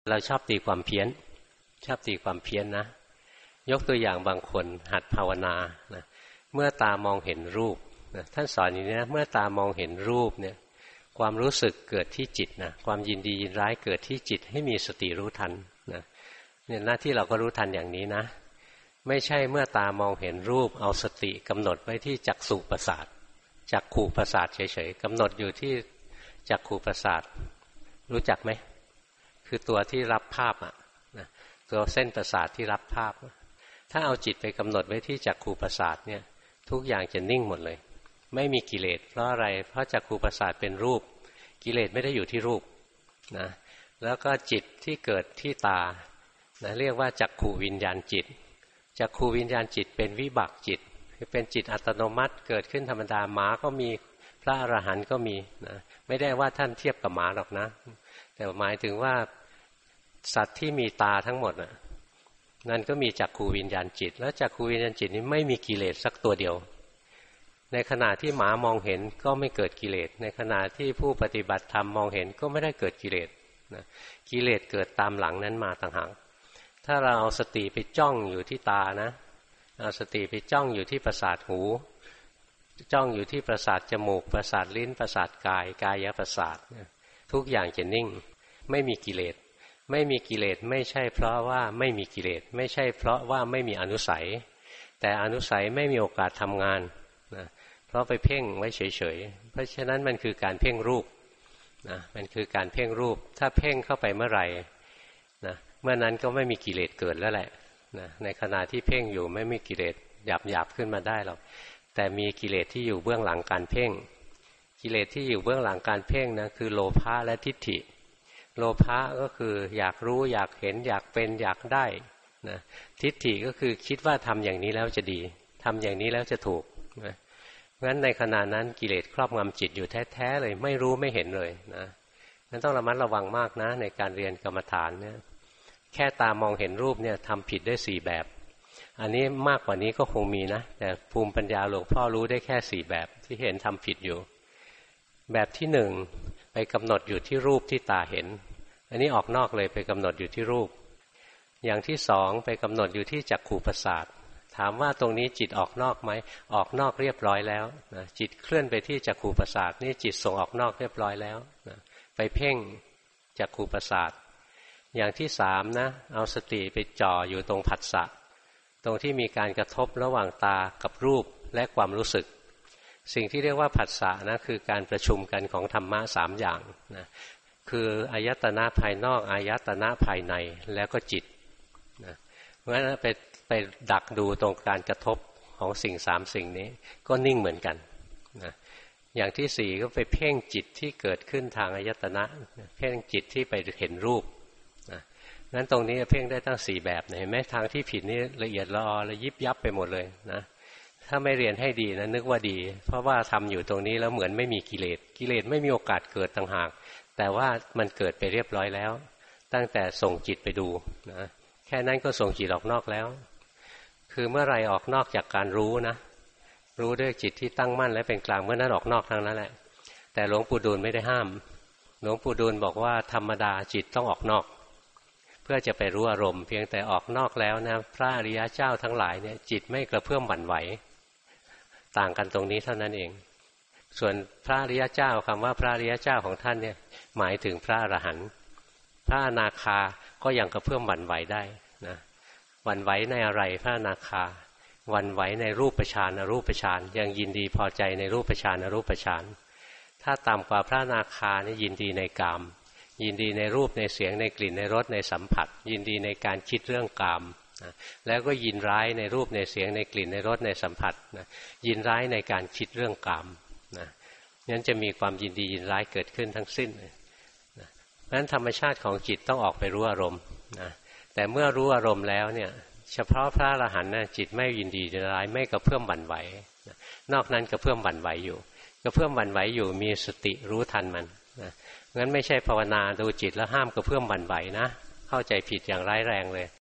เราชอบตีความเพี้ยนชอบตีความเพี้ยนนะยกตัวอย่างบางคนหัดภาวนานะเมื่อตามองเห็นรูปนะท่านสอนอย่างนี้นะเมื่อตามองเห็นรูปเนี่ยความรู้สึกเกิดที่จิตนะความยินดียินร้ายเกิดที่จิตให้มีสติรู้ทันนะเนี่ยหน้าที่เราก็รู้ทันอย่างนี้นะไม่ใช่เมื่อตามองเห็นรูปเอาสติกำหนดไว้ที่จักษุประสาทจักขุประสาทเฉยๆกำหนดอยู่ที่จักขุประสาทรู้จักไหมคือตัวที่รับภาพอ่ะนะตัวเส้นประสาทที่รับภาพถ้าเอาจิตไปกำหนดไว้ที่จักขุประสาทเนี่ยทุกอย่างจะนิ่งหมดเลยไม่มีกิเลสเพราะอะไรเพราะจักขุประสาทเป็นรูปกิเลสไม่ได้อยู่ที่รูปนะแล้วก็จิตที่เกิดที่ตานะเรียกว่าจักขุวิญญาณจิตจักขุวิญญาณจิตเป็นวิบากจิตเป็นจิตอัตโนมัติเกิดขึ้นธรรมดาหมาก็มีพระอรหันต์ก็มีนะไม่ได้ว่าท่านเทียบกับหมาหรอกนะแต่หมายถึงว่าสัตว์ที่มีตาทั้งหมดนั่นก็มีจักขุวิญญาณจิตแล้วจักขุวิญญาณจิตนี้ไม่มีกิเลสสักตัวเดียวในขณะที่หมามองเห็นก็ไม่เกิดกิเลสในขณะที่ผู้ปฏิบัติธรรมมองเห็นก็ไม่ได้เกิดกิเลสนะกิเลสเกิดตามหลังนั้นมาต่างหากถ้าเราเอาสติไปจ้องอยู่ที่ตานะเอาสติไปจ้องอยู่ที่ประสาทหูจ้องอยู่ที่ประสาทจมูกประสาทลิ้นประสาทกายกายประสาททุกอย่างจะนิ่งไม่มีกิเลสไม่มีกิเลสไม่ใช่เพราะว่าไม่มีกิเลสไม่ใช่เพราะว่าไม่มีอนุสัยแต่อนุสัยไม่มีโอกาสทำงานนะเพราะไปเพ่งไว้เฉยๆเพราะฉะนั้นมันคือการเพ่งรูปนะมันคือการเพ่งรูปถ้าเพ่งเข้าไปเมื่อไหร่นะเมื่อนั้นก็ไม่มีกิเลสเกิดแล้วแหละนะในขณะที่เพ่งอยู่ไม่มีกิเลสหยาบขึ้นมาได้หรอกแต่มีกิเลสที่อยู่เบื้องหลังการเพ่งกิเลสที่อยู่เบื้องหลังการเพ่งนะคือโลภะและทิฏฐิโลภะก็คืออยากรู้อยากเห็นอยากเป็นอยากได้นะทิฏฐิก็คือคิดว่าทำอย่างนี้แล้วจะดีทำอย่างนี้แล้วจะถูกนะงั้นในขณะนั้นกิเลสครอบงำจิตอยู่แท้ๆเลยไม่รู้ไม่เห็นเลยนะนั้นต้องระมัดระวังมากนะในการเรียนกรรมฐานเนี่ยแค่ตามองเห็นรูปเนี่ยทำผิดได้4แบบอันนี้มากกว่านี้ก็คงมีนะแต่ภูมิปัญญาหลวงพ่อรู้ได้แค่4แบบที่เห็นทำผิดอยู่แบบที่1ไปกำหนดอยู่ที่รูปที่ตาเห็นอันนี้ออกนอกเลยไปกำหนดอยู่ที่รูปอย่างที่2ไปกำหนดอยู่ที่จักขุประสาทถามว่าตรงนี้จิตออกนอกไหมออกนอกเรียบร้อยแล้วนะจิตเคลื่อนไปที่จักขุประสาทนี่จิตส่งออกนอกเรียบร้อยแล้วนะไปเพ่งจักขุประสาทอย่างที่3นะเอาสติไปจ่ออยู่ตรงผัสสะตรงที่มีการกระทบระหว่างตากับรูปและความรู้สึกสิ่งที่เรียกว่าผัสสะนะคือการประชุมกันของธรรมะ3อย่างนะคืออายตนะภายนอกอายตนะภายในแล้วก็จิตนะเพราะฉะนั้นไปดักดูตรงการกระทบของสิ่ง3สิ่งนี้ก็นิ่งเหมือนกันนะอย่างที่4ก็ไปเพ่งจิตที่เกิดขึ้นทางอายตนะเพ่งจิตที่ไปเห็นรูปนะงั้นตรงนี้เพ่งได้ตั้ง4แบบเห็นไหมทางที่ผิดนี่ละเอียดละออละยิบยับไปหมดเลยนะถ้าไม่เรียนให้ดีนะนึกว่าดีเพราะว่าทำอยู่ตรงนี้แล้วเหมือนไม่มีกิเลสกิเลสไม่มีโอกาสเกิดต่างหากแต่ว่ามันเกิดไปเรียบร้อยแล้วตั้งแต่ส่งจิตไปดูนะแค่นั้นก็ส่งจิตออกนอกแล้วคือเมื่อไรออกนอกจากการรู้นะรู้ด้วยจิตที่ตั้งมั่นและเป็นกลางเมื่อนั้นออกนอกทางนั้นแหละแต่หลวงปู่ดูลไม่ได้ห้ามหลวงปู่ดูลบอกว่าธรรมดาจิตต้องออกนอกเพื่อจะไปรู้อารมณ์เพียงแต่ออกนอกแล้วนะพระอริยเจ้าทั้งหลายเนี่ยจิตไม่กระเพื่อมหวั่นไหวต่างกันตรงนี้เท่านั้นเองส่วนพระอริยเจ้าคำว่าพระอริยเจ้าของท่านเนี่ยหมายถึงพระอรหันต์พระอนาคาก็ยังกระเพื่อมหวั่นไหวได้นะหวั่นไหวในอะไรพระอนาคาหวั่นไหวในรูปฌานอรูปฌานยังยินดีพอใจในรูปฌานอรูปฌานถ้าต่ำกว่าพระอนาคานี่ยินดีในกามยินดีในรูปในเสียงในกลิ่นในรสในสัมผัสยินดีในการคิดเรื่องกามนะแล้วก็ยินร้ายในรูปในเสียงในกลิ่นในรสในสัมผัสนะยินร้ายในการคิดเรื่องกามนะงั้นจะมีความยินดียินร้ายเกิดขึ้นทั้งสิ้นนะเพราะฉะนั้นธรรมชาติของจิตต้องออกไปรู้อารมณ์นะแต่เมื่อรู้อารมณ์แล้วเนี่ยเฉพาะพระอรหันต์นะจิตไม่ยินดียินร้ายไม่กระเพื่อมหวั่นไหวนะนอกนั้นกระเพื่อมหวั่นไหวอยู่กระเพื่อมหวั่นไหวอยู่มีสติรู้ทันมันนะงั้นไม่ใช่ภาวนาดูจิตแล้วห้ามกระเพื่อมหวั่นไหวนะเข้าใจผิดอย่างร้ายแรงเลย